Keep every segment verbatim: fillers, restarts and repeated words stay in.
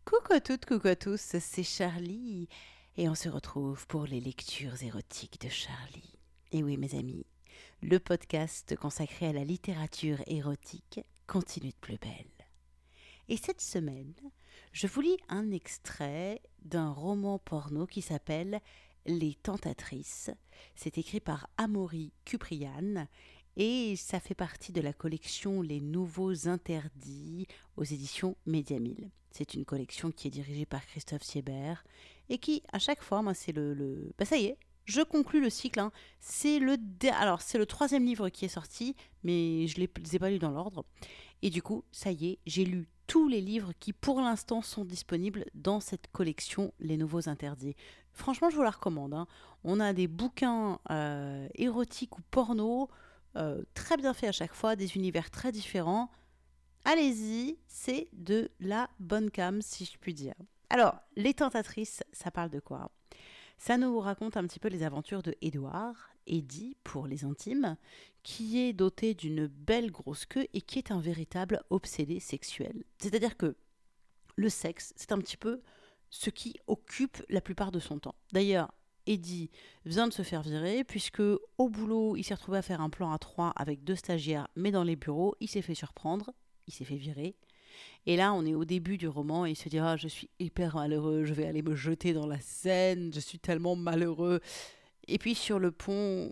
Coucou à toutes, coucou à tous, c'est Charlie et on se retrouve pour les lectures érotiques de Charlie. Et oui mes amis, le podcast consacré à la littérature érotique continue de plus belle. Et cette semaine, je vous lis un extrait d'un roman porno qui s'appelle Les Tentatrices. C'est écrit par Amaury Kuprian et ça fait partie de la collection Les Nouveaux Interdits aux éditions Média mille. C'est une collection qui est dirigée par Christophe Siebert et qui, à chaque fois, moi, c'est le, le... Bah, ça y est, je conclus le cycle. Hein. C'est le dé... Alors, c'est le troisième livre qui est sorti, mais je ne les ai pas lus dans l'ordre. Et du coup, ça y est, j'ai lu tous les livres qui, pour l'instant, sont disponibles dans cette collection Les Nouveaux Interdits. Franchement, je vous la recommande. Hein. On a des bouquins euh, érotiques ou porno euh, très bien faits à chaque fois, des univers très différents. Allez-y, c'est de la bonne cam, si je puis dire. Alors, Les Tentatrices, ça parle de quoi ? Ça nous raconte un petit peu les aventures de Édouard, Eddie pour les intimes, qui est doté d'une belle grosse queue et qui est un véritable obsédé sexuel. C'est-à-dire que le sexe, c'est un petit peu ce qui occupe la plupart de son temps. D'ailleurs, Eddie vient de se faire virer, puisque au boulot, il s'est retrouvé à faire un plan à trois avec deux stagiaires, mais dans les bureaux, il s'est fait surprendre, il s'est fait virer. Et là, on est au début du roman et il se dit « Ah, je suis hyper malheureux, je vais aller me jeter dans la Seine, je suis tellement malheureux. » Et puis sur le pont,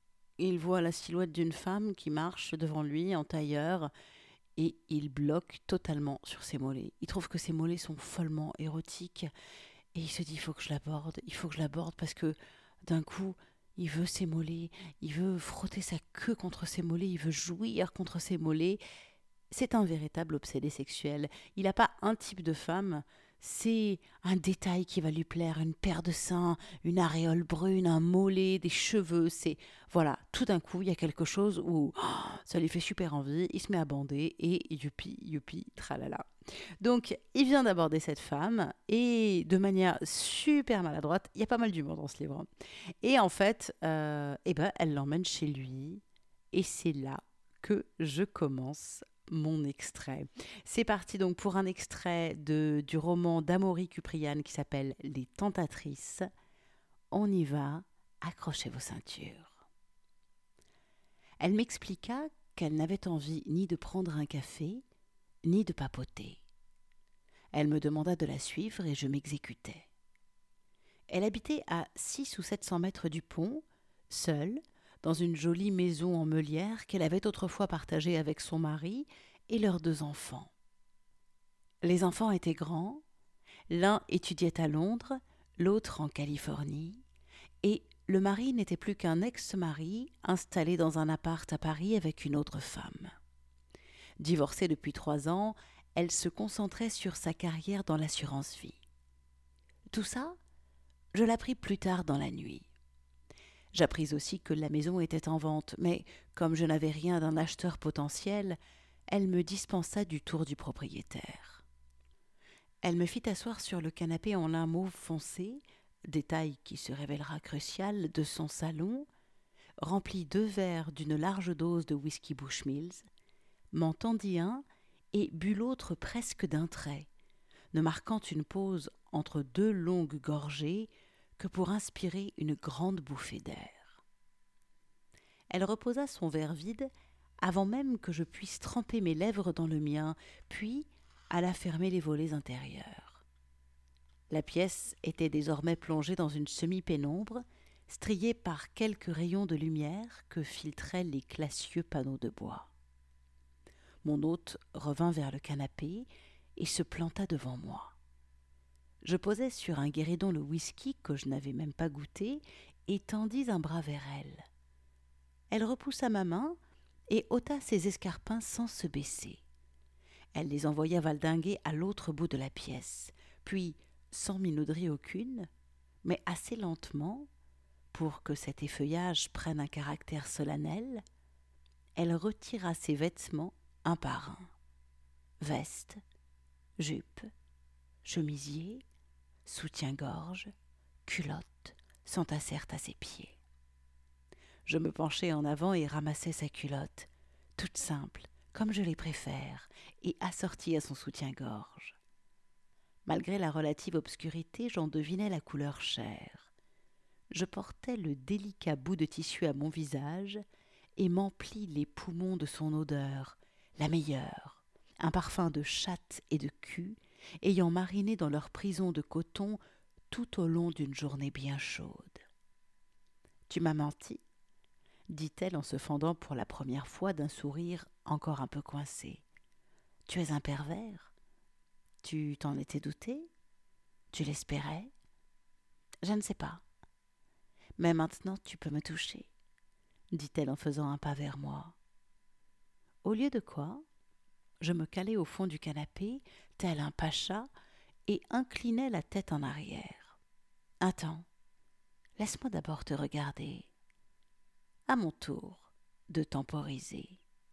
il voit la silhouette d'une femme qui marche devant lui en tailleur et il bloque totalement sur ses mollets. Il trouve que ses mollets sont follement érotiques et il se dit « Il faut que je l'aborde, il faut que je l'aborde parce que d'un coup... » Il veut ses mollets, il veut frotter sa queue contre ses mollets, il veut jouir contre ses mollets. C'est un véritable obsédé sexuel. Il n'a pas un type de femme, c'est un détail qui va lui plaire, une paire de seins, une aréole brune, un mollet, des cheveux. C'est voilà, tout d'un coup, il y a quelque chose où oh, ça lui fait super envie, il se met à bander et youpi, youpi, tralala. Donc, il vient d'aborder cette femme et de manière super maladroite, il y a pas mal d'humour dans ce livre. Et en fait, euh, eh ben, elle l'emmène chez lui et c'est là que je commence mon extrait. C'est parti donc pour un extrait de, du roman d'Amaury Kuprian qui s'appelle Les Tentatrices. On y va, accrochez vos ceintures. Elle m'expliqua qu'elle n'avait envie ni de prendre un café, ni de papoter. Elle me demanda de la suivre et je m'exécutais. Elle habitait à six ou sept cents mètres du pont, seule, dans une jolie maison en meulière qu'elle avait autrefois partagée avec son mari et leurs deux enfants. Les enfants étaient grands, l'un étudiait à Londres, l'autre en Californie, et le mari n'était plus qu'un ex-mari installé dans un appart à Paris avec une autre femme. Divorcée depuis trois ans, elle se concentrait sur sa carrière dans l'assurance vie. Tout ça, je l'appris plus tard dans la nuit. J'appris aussi que la maison était en vente, mais comme je n'avais rien d'un acheteur potentiel, elle me dispensa du tour du propriétaire. Elle me fit asseoir sur le canapé en lin mauve foncé, détail qui se révélera crucial, de son salon, remplit deux verres d'une large dose de whisky Bushmills, m'en tendit un et but l'autre presque d'un trait, ne marquant une pause entre deux longues gorgées que pour inspirer une grande bouffée d'air. Elle reposa son verre vide avant même que je puisse tremper mes lèvres dans le mien, puis alla fermer les volets intérieurs. La pièce était désormais plongée dans une semi-pénombre, striée par quelques rayons de lumière que filtraient les classieux panneaux de bois. Mon hôte revint vers le canapé et se planta devant moi. Je posai sur un guéridon le whisky que je n'avais même pas goûté et tendis un bras vers elle. Elle repoussa ma main et ôta ses escarpins sans se baisser. Elle les envoya valdinguer à l'autre bout de la pièce, puis, sans minauderie aucune, mais assez lentement, pour que cet effeuillage prenne un caractère solennel, elle retira ses vêtements un par un. Veste, jupe, chemisier, soutien-gorge, culotte s'entassèrent à ses pieds. Je me penchai en avant et ramassai sa culotte, toute simple, comme je les préfère, et assortie à son soutien-gorge. Malgré la relative obscurité, j'en devinais la couleur chair. Je portais le délicat bout de tissu à mon visage et m'emplis les poumons de son odeur, la meilleure, un parfum de chatte et de cul, ayant mariné dans leur prison de coton tout au long d'une journée bien chaude. « Tu m'as menti ?» dit-elle en se fendant pour la première fois d'un sourire encore un peu coincé. « Tu es un pervers ? Tu t'en étais douté ? Tu l'espérais ? Je ne sais pas. Mais maintenant tu peux me toucher, dit-elle en faisant un pas vers moi. Au lieu de quoi, je me calai au fond du canapé, tel un pacha, et inclinai la tête en arrière. Attends, laisse-moi d'abord te regarder. À mon tour de temporiser.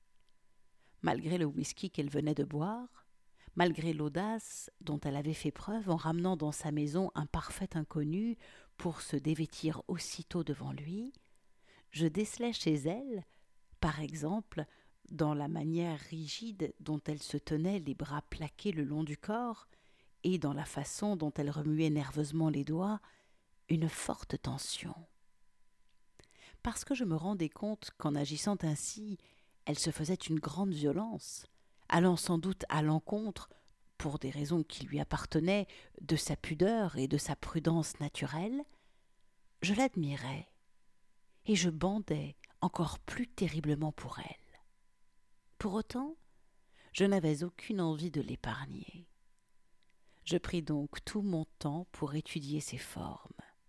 Malgré le whisky qu'elle venait de boire, malgré l'audace dont elle avait fait preuve en ramenant dans sa maison un parfait inconnu pour se dévêtir aussitôt devant lui, je décelai chez elle, par exemple, dans la manière rigide dont elle se tenait les bras plaqués le long du corps et dans la façon dont elle remuait nerveusement les doigts, une forte tension. Parce que je me rendais compte qu'en agissant ainsi, elle se faisait une grande violence, allant sans doute à l'encontre, pour des raisons qui lui appartenaient, de sa pudeur et de sa prudence naturelle, je l'admirais et je bandais encore plus terriblement pour elle. Pour autant, je n'avais aucune envie de l'épargner. Je pris donc tout mon temps pour étudier ses formes.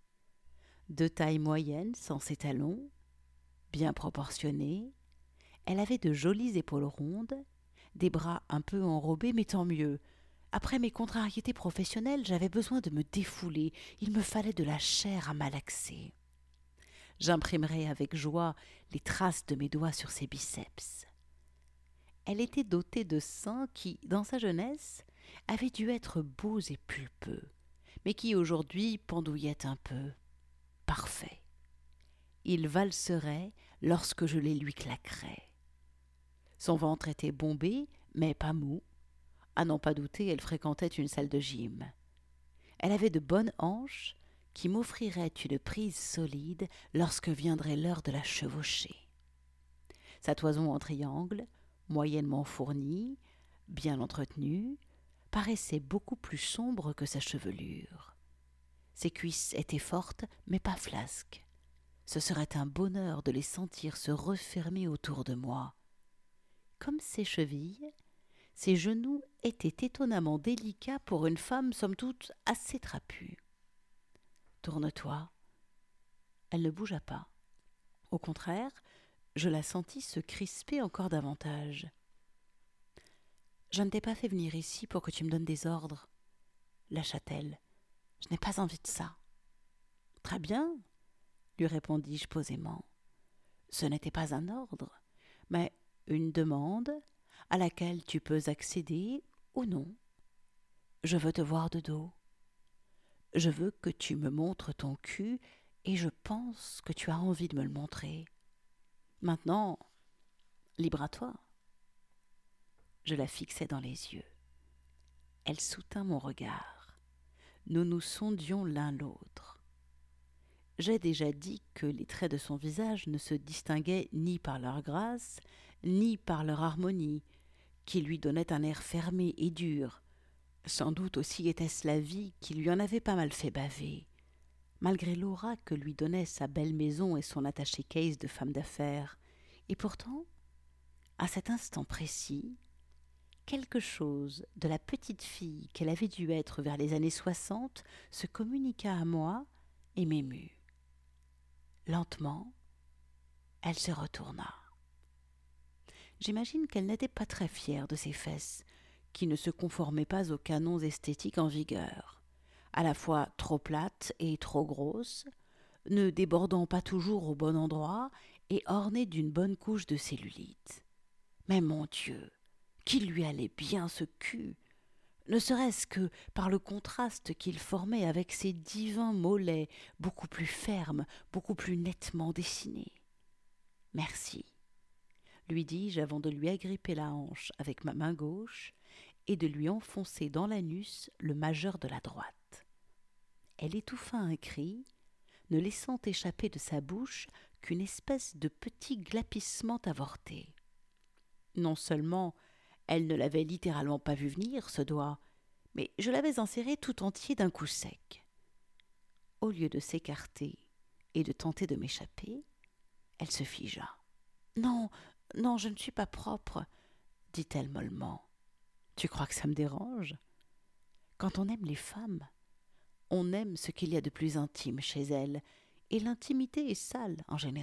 De taille moyenne, sans ses talons, bien proportionnée, elle avait de jolies épaules rondes, des bras un peu enrobés, mais tant mieux. Après mes contrariétés professionnelles, j'avais besoin de me défouler, il me fallait de la chair à malaxer. J'imprimerais avec joie les traces de mes doigts sur ses biceps. Elle était dotée de seins qui, dans sa jeunesse, avaient dû être beaux et pulpeux, mais qui aujourd'hui pendouillaient un peu. Parfait. Il valserait lorsque je les lui claquerais. Son ventre était bombé, mais pas mou. À n'en pas douter, elle fréquentait une salle de gym. Elle avait de bonnes hanches qui m'offriraient une prise solide lorsque viendrait l'heure de la chevaucher. Sa toison en triangle, moyennement fournie, bien entretenue, paraissait beaucoup plus sombre que sa chevelure. Ses cuisses étaient fortes, mais pas flasques. Ce serait un bonheur de les sentir se refermer autour de moi. Comme ses chevilles, ses genoux étaient étonnamment délicats pour une femme somme toute assez trapue. « Tourne-toi !» Elle ne bougea pas. Au contraire, je la sentis se crisper encore davantage. « Je ne t'ai pas fait venir ici pour que tu me donnes des ordres, » lâcha-t-elle. « Je n'ai pas envie de ça. »« Très bien, » lui répondis-je posément. Ce n'était pas un ordre, mais une demande à laquelle tu peux accéder ou non. Je veux te voir de dos. Je veux que tu me montres ton cul et je pense que tu as envie de me le montrer. Maintenant, libre à toi. Je la fixai dans les yeux. Elle soutint mon regard. Nous nous sondions l'un l'autre. J'ai déjà dit que les traits de son visage ne se distinguaient ni par leur grâce, ni par leur harmonie, qui lui donnait un air fermé et dur. Sans doute aussi était-ce la vie qui lui en avait pas mal fait baver, malgré l'aura que lui donnait sa belle maison et son attaché case de femme d'affaires. Et pourtant, à cet instant précis, quelque chose de la petite fille qu'elle avait dû être vers les années soixante se communiqua à moi et m'émut. Lentement, elle se retourna. J'imagine qu'elle n'était pas très fière de ses fesses, qui ne se conformaient pas aux canons esthétiques en vigueur, à la fois trop plates et trop grosses, ne débordant pas toujours au bon endroit et ornées d'une bonne couche de cellulite. Mais mon Dieu, qu'il lui allait bien ce cul, ne serait-ce que par le contraste qu'il formait avec ses divins mollets, beaucoup plus fermes, beaucoup plus nettement dessinés. « Merci », lui dis-je avant de lui agripper la hanche avec ma main gauche et de lui enfoncer dans l'anus le majeur de la droite. Elle étouffa un cri, ne laissant échapper de sa bouche qu'une espèce de petit glapissement avorté. Non seulement elle ne l'avait littéralement pas vu venir, ce doigt, mais je l'avais inséré tout entier d'un coup sec. Au lieu de s'écarter et de tenter de m'échapper, elle se figea. « Non, non, je ne suis pas propre, » dit-elle mollement. « Tu crois que ça me dérange ? Quand on aime les femmes, on aime ce qu'il y a de plus intime chez elles, et l'intimité est sale en général. »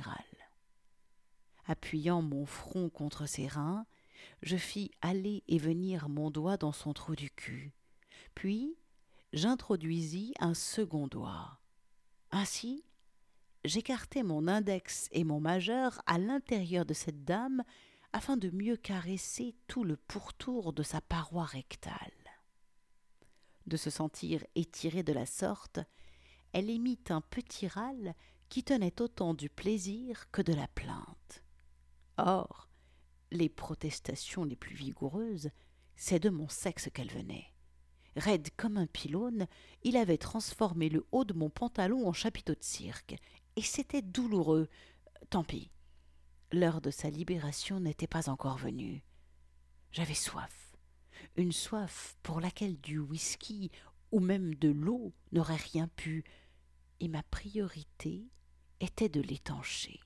Appuyant mon front contre ses reins, je fis aller et venir mon doigt dans son trou du cul. Puis, j'introduisis un second doigt. Ainsi, j'écartai mon index et mon majeur à l'intérieur de cette dame afin de mieux caresser tout le pourtour de sa paroi rectale. De se sentir étirée de la sorte, elle émit un petit râle qui tenait autant du plaisir que de la plainte. Or, les protestations les plus vigoureuses, c'est de mon sexe qu'elles venaient. Raide comme un pylône, il avait transformé le haut de mon pantalon en chapiteau de cirque, et c'était douloureux. Tant pis, l'heure de sa libération n'était pas encore venue. J'avais soif, une soif pour laquelle du whisky ou même de l'eau n'aurait rien pu, et ma priorité était de l'étancher.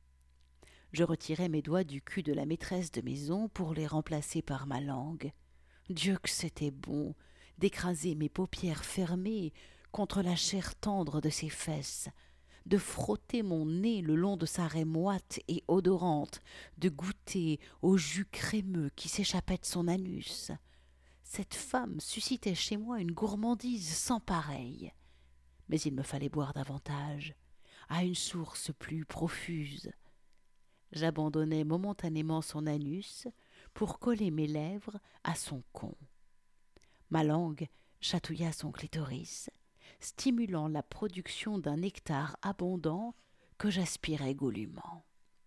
Je retirai mes doigts du cul de la maîtresse de maison pour les remplacer par ma langue. Dieu que c'était bon d'écraser mes paupières fermées contre la chair tendre de ses fesses, de frotter mon nez le long de sa raie moite et odorante, de goûter au jus crémeux qui s'échappait de son anus. Cette femme suscitait chez moi une gourmandise sans pareille. Mais il me fallait boire davantage, à une source plus profuse. J'abandonnai momentanément son anus pour coller mes lèvres à son con. Ma langue chatouilla son clitoris, stimulant la production d'un nectar abondant que j'aspirais goulûment.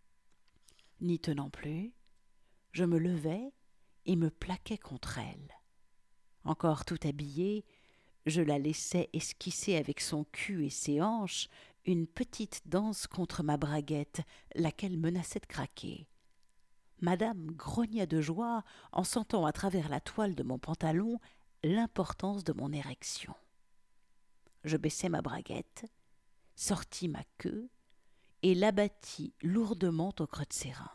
N'y tenant plus, je me levai et me plaquai contre elle. Encore tout habillée, je la laissai esquisser avec son cul et ses hanches une petite danse contre ma braguette, laquelle menaçait de craquer. Madame grogna de joie en sentant à travers la toile de mon pantalon l'importance de mon érection. Je baissai ma braguette, sortis ma queue et l'abattis lourdement au creux de ses reins.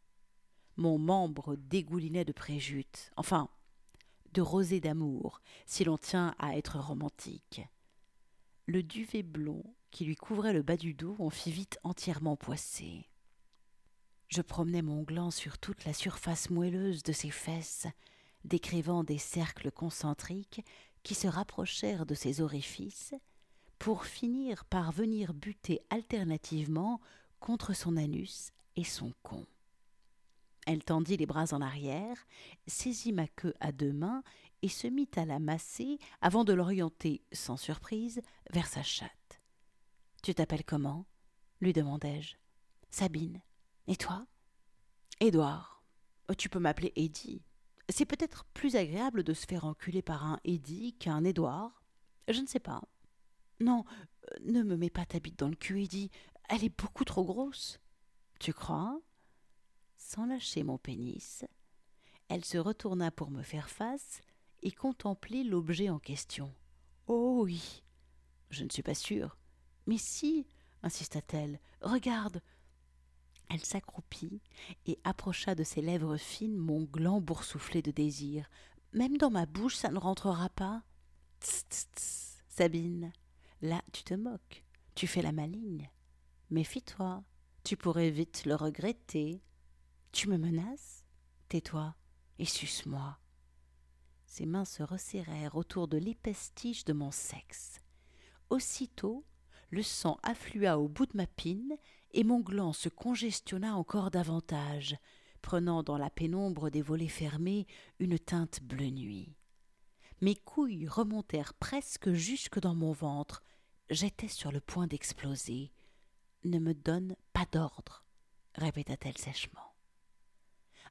Mon membre dégoulinait de préjute, enfin, de rosée d'amour, si l'on tient à être romantique. Le duvet blond qui lui couvrait le bas du dos en fit vite entièrement poisser. Je promenais mon gland sur toute la surface moelleuse de ses fesses, décrivant des cercles concentriques qui se rapprochèrent de ses orifices, pour finir par venir buter alternativement contre son anus et son con. Elle tendit les bras en arrière, saisit ma queue à deux mains et se mit à la masser avant de l'orienter, sans surprise, vers sa chatte. « Tu t'appelles comment ?» lui demandai-je. « Sabine. Et toi ?»« Édouard. Tu peux m'appeler Eddy. C'est peut-être plus agréable de se faire enculer par un Eddy qu'un Édouard. Je ne sais pas. »« Non, ne me mets pas ta bite dans le cul, Eddy. Elle est beaucoup trop grosse. »« Tu crois ?» Sans lâcher mon pénis, elle se retourna pour me faire face et contempler l'objet en question. « Oh oui !»« Je ne suis pas sûre. »« Mais si !» insista-t-elle. « Regarde !» Elle s'accroupit et approcha de ses lèvres fines mon gland boursouflé de désir. « Même dans ma bouche, ça ne rentrera pas ?»« Tss, tss, tss, Sabine, là tu te moques, tu fais la maligne. Méfie-toi, tu pourrais vite le regretter. » « Tu me menaces ? Tais-toi et suce-moi. » Ses mains se resserrèrent autour de l'épaisse tige de mon sexe. Aussitôt, le sang afflua au bout de ma pine et mon gland se congestionna encore davantage, prenant dans la pénombre des volets fermés une teinte bleu nuit. Mes couilles remontèrent presque jusque dans mon ventre. J'étais sur le point d'exploser. « Ne me donne pas d'ordre, » répéta-t-elle sèchement.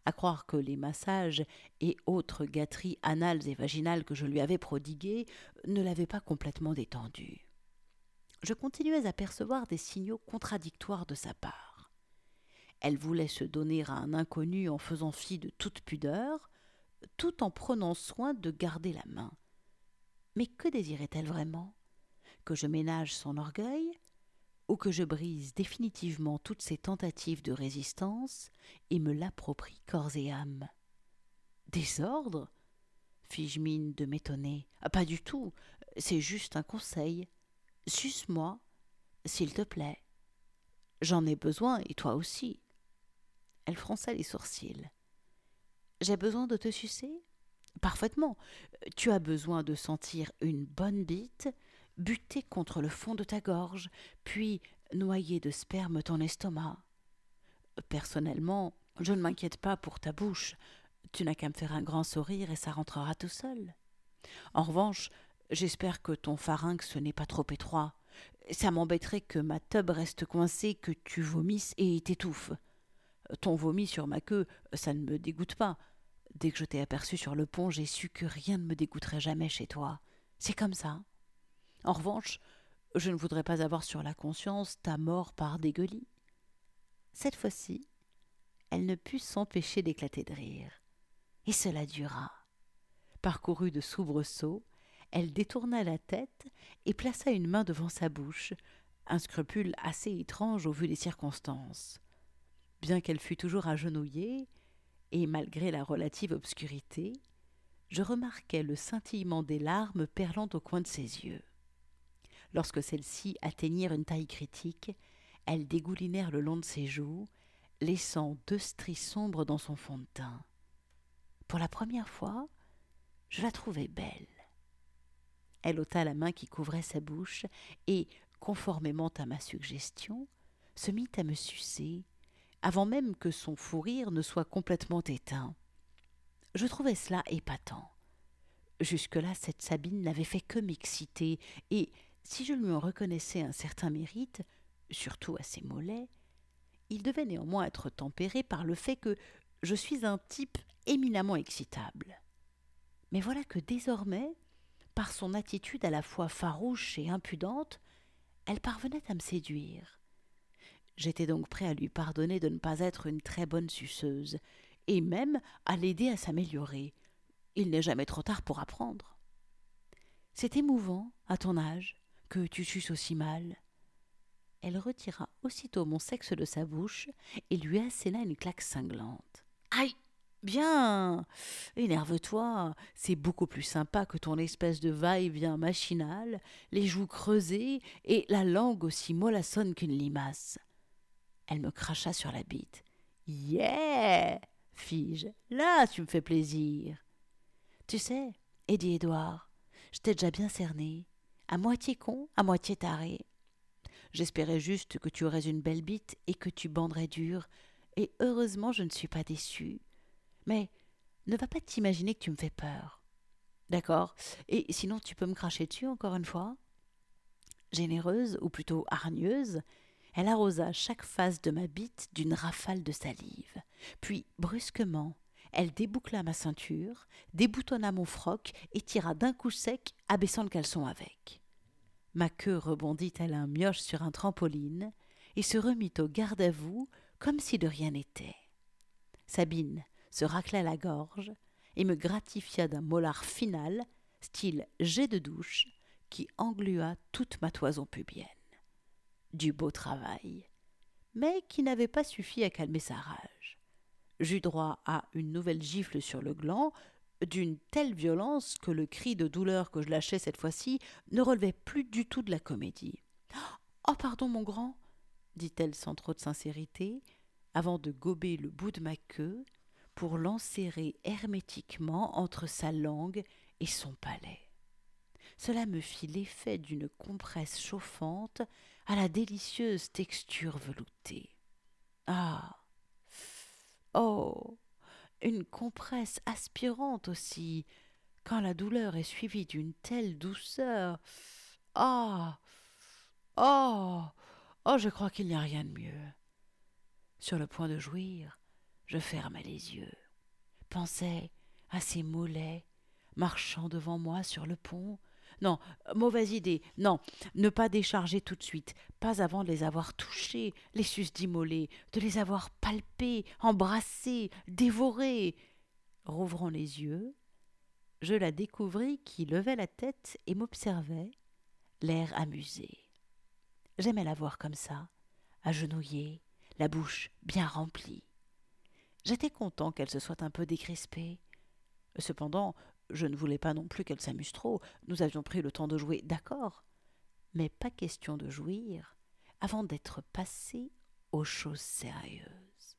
à croire que les massages et autres gâteries anales et vaginales que je lui avais prodiguées ne l'avaient pas complètement détendu. Je continuais à percevoir des signaux contradictoires de sa part. Elle voulait se donner à un inconnu en faisant fi de toute pudeur, tout en prenant soin de garder la main. Mais que désirait-elle vraiment ? Que je ménage son orgueil ? Ou que je brise définitivement toutes ses tentatives de résistance et me l'approprie corps et âme ? Désordre ? Fis-je mine de m'étonner. Ah, pas du tout, c'est juste un conseil. Suce-moi, s'il te plaît. J'en ai besoin, et toi aussi. Elle fronça les sourcils. J'ai besoin de te sucer ? Parfaitement. Tu as besoin de sentir une bonne bite buter contre le fond de ta gorge, puis noyer de sperme ton estomac. Personnellement, je ne m'inquiète pas pour ta bouche. Tu n'as qu'à me faire un grand sourire et ça rentrera tout seul. En revanche, j'espère que ton pharynx n'est pas trop étroit. Ça m'embêterait que ma teub reste coincée, que tu vomisses et t'étouffes. Ton vomi sur ma queue, ça ne me dégoûte pas. Dès que je t'ai aperçu sur le pont, j'ai su que rien ne me dégoûterait jamais chez toi. C'est comme ça. En revanche, je ne voudrais pas avoir sur la conscience ta mort par dégueulis. Cette fois-ci, elle ne put s'empêcher d'éclater de rire. Et cela dura. Parcourue de soubresauts, elle détourna la tête et plaça une main devant sa bouche, un scrupule assez étrange au vu des circonstances. Bien qu'elle fût toujours agenouillée, et malgré la relative obscurité, je remarquai le scintillement des larmes perlant au coin de ses yeux. Lorsque celles-ci atteignirent une taille critique, elles dégoulinèrent le long de ses joues, laissant deux stries sombres dans son fond de teint. Pour la première fois, je la trouvai belle. Elle ôta la main qui couvrait sa bouche et, conformément à ma suggestion, se mit à me sucer, avant même que son fou rire ne soit complètement éteint. Je trouvais cela épatant. Jusque-là, cette Sabine n'avait fait que m'exciter, et si je lui en reconnaissais un certain mérite, surtout à ses mollets, il devait néanmoins être tempéré par le fait que je suis un type éminemment excitable. Mais voilà que désormais, par son attitude à la fois farouche et impudente, elle parvenait à me séduire. J'étais donc prêt à lui pardonner de ne pas être une très bonne suceuse, et même à l'aider à s'améliorer. Il n'est jamais trop tard pour apprendre. C'est émouvant, à ton âge, que tu suces aussi mal. Elle retira aussitôt mon sexe de sa bouche et lui asséna une claque cinglante. Aïe! Bien! Énerve-toi, c'est beaucoup plus sympa que ton espèce de va-et-vient machinal, les joues creusées et la langue aussi mollassonne qu'une limace. Elle me cracha sur la bite. Yeah! Fis-je. Là, tu me fais plaisir. Tu sais, Eddie Edouard, je t'ai déjà bien cerné, à moitié con, à moitié taré. J'espérais juste que tu aurais une belle bite et que tu banderais dur, et heureusement je ne suis pas déçue. Mais ne va pas t'imaginer que tu me fais peur. D'accord ? Et sinon tu peux me cracher dessus encore une fois ? Généreuse, ou plutôt hargneuse, elle arrosa chaque face de ma bite d'une rafale de salive. Puis, brusquement, elle déboucla ma ceinture, déboutonna mon froc et tira d'un coup sec, abaissant le caleçon avec. Ma queue rebondit tel un mioche sur un trampoline et se remit au garde-à-vous comme si de rien n'était. Sabine se racla la gorge et me gratifia d'un molar final, style jet de douche, qui englua toute ma toison pubienne. Du beau travail, mais qui n'avait pas suffi à calmer sa rage. J'eus droit à une nouvelle gifle sur le gland, d'une telle violence que le cri de douleur que je lâchais cette fois-ci ne relevait plus du tout de la comédie. « Oh, pardon, mon grand !» dit-elle sans trop de sincérité, avant de gober le bout de ma queue pour l'enserrer hermétiquement entre sa langue et son palais. Cela me fit l'effet d'une compresse chauffante à la délicieuse texture veloutée. Ah! Oh! Une compresse aspirante aussi, quand la douleur est suivie d'une telle douceur. Ah! Oh! Oh, je crois qu'il n'y a rien de mieux. Sur le point de jouir, je fermai les yeux. pensait à ces mollets marchant devant moi sur le pont. Non, mauvaise idée. Non, ne pas décharger tout de suite, pas avant de les avoir touchés, les susdits mollets, de les avoir palpés, embrassés, dévorés. Rouvrant les yeux, je la découvris qui levait la tête et m'observait, l'air amusé. J'aimais la voir comme ça, agenouillée, la bouche bien remplie. J'étais content qu'elle se soit un peu décrispée. Cependant, je ne voulais pas non plus qu'elle s'amuse trop. Nous avions pris le temps de jouer, d'accord, mais pas question de jouir avant d'être passé aux choses sérieuses.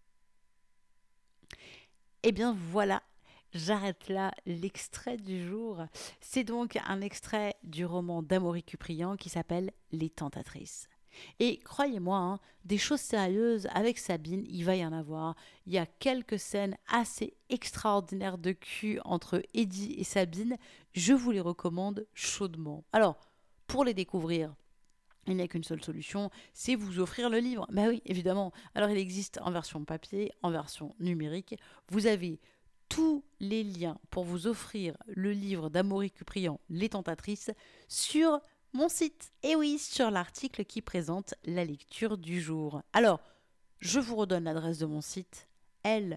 Eh bien voilà, j'arrête là l'extrait du jour. C'est donc un extrait du roman d'Amaury Cuprian qui s'appelle Les Tentatrices. Et croyez-moi, hein, des choses sérieuses avec Sabine, il va y en avoir. Il y a quelques scènes assez extraordinaires de cul entre Eddie et Sabine. Je vous les recommande chaudement. Alors, pour les découvrir, il n'y a qu'une seule solution, c'est vous offrir le livre. Ben oui, évidemment. Alors, il existe en version papier, en version numérique. Vous avez tous les liens pour vous offrir le livre d'Amaury Cuprian, Les Tentatrices, sur mon site. Et oui, sur l'article qui présente la lecture du jour. Alors, je vous redonne l'adresse de mon site, lec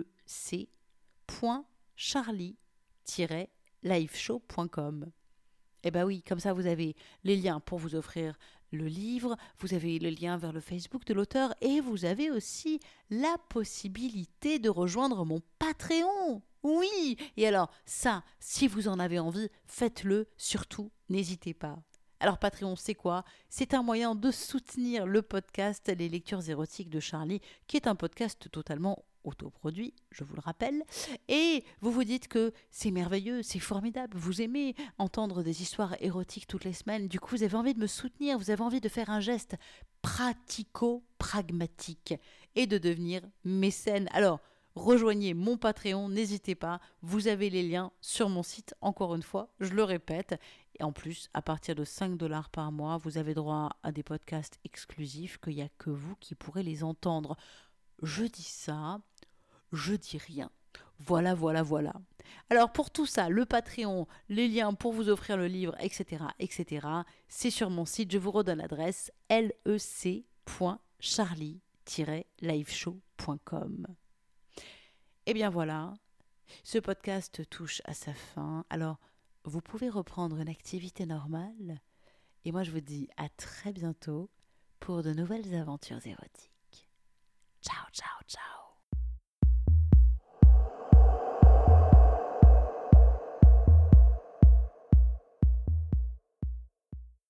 point charlie tiret liveshow point com. Eh bien oui, comme ça vous avez les liens pour vous offrir le livre, vous avez le lien vers le Facebook de l'auteur et vous avez aussi la possibilité de rejoindre mon Patreon. Oui, et alors ça, si vous en avez envie, faites-le, surtout, n'hésitez pas. Alors Patreon, c'est quoi ? C'est un moyen de soutenir le podcast Les Lectures Érotiques de Charlie, qui est un podcast totalement autoproduit, je vous le rappelle, et vous vous dites que c'est merveilleux, c'est formidable, vous aimez entendre des histoires érotiques toutes les semaines, du coup vous avez envie de me soutenir, vous avez envie de faire un geste pratico-pragmatique et de devenir mécène. Alors, rejoignez mon Patreon, n'hésitez pas, vous avez les liens sur mon site, encore une fois, je le répète. Et en plus, à partir de cinq dollars par mois, vous avez droit à des podcasts exclusifs qu'il n'y a que vous qui pourrez les entendre. Je dis ça, je dis rien. Voilà, voilà, voilà. Alors pour tout ça, le Patreon, les liens pour vous offrir le livre, et cetera, et cetera, c'est sur mon site. Je vous redonne l'adresse lec point charlie tiret liveshow point com. Et bien voilà, ce podcast touche à sa fin. Alors, vous pouvez reprendre une activité normale. Et moi, je vous dis à très bientôt pour de nouvelles aventures érotiques. Ciao, ciao, ciao.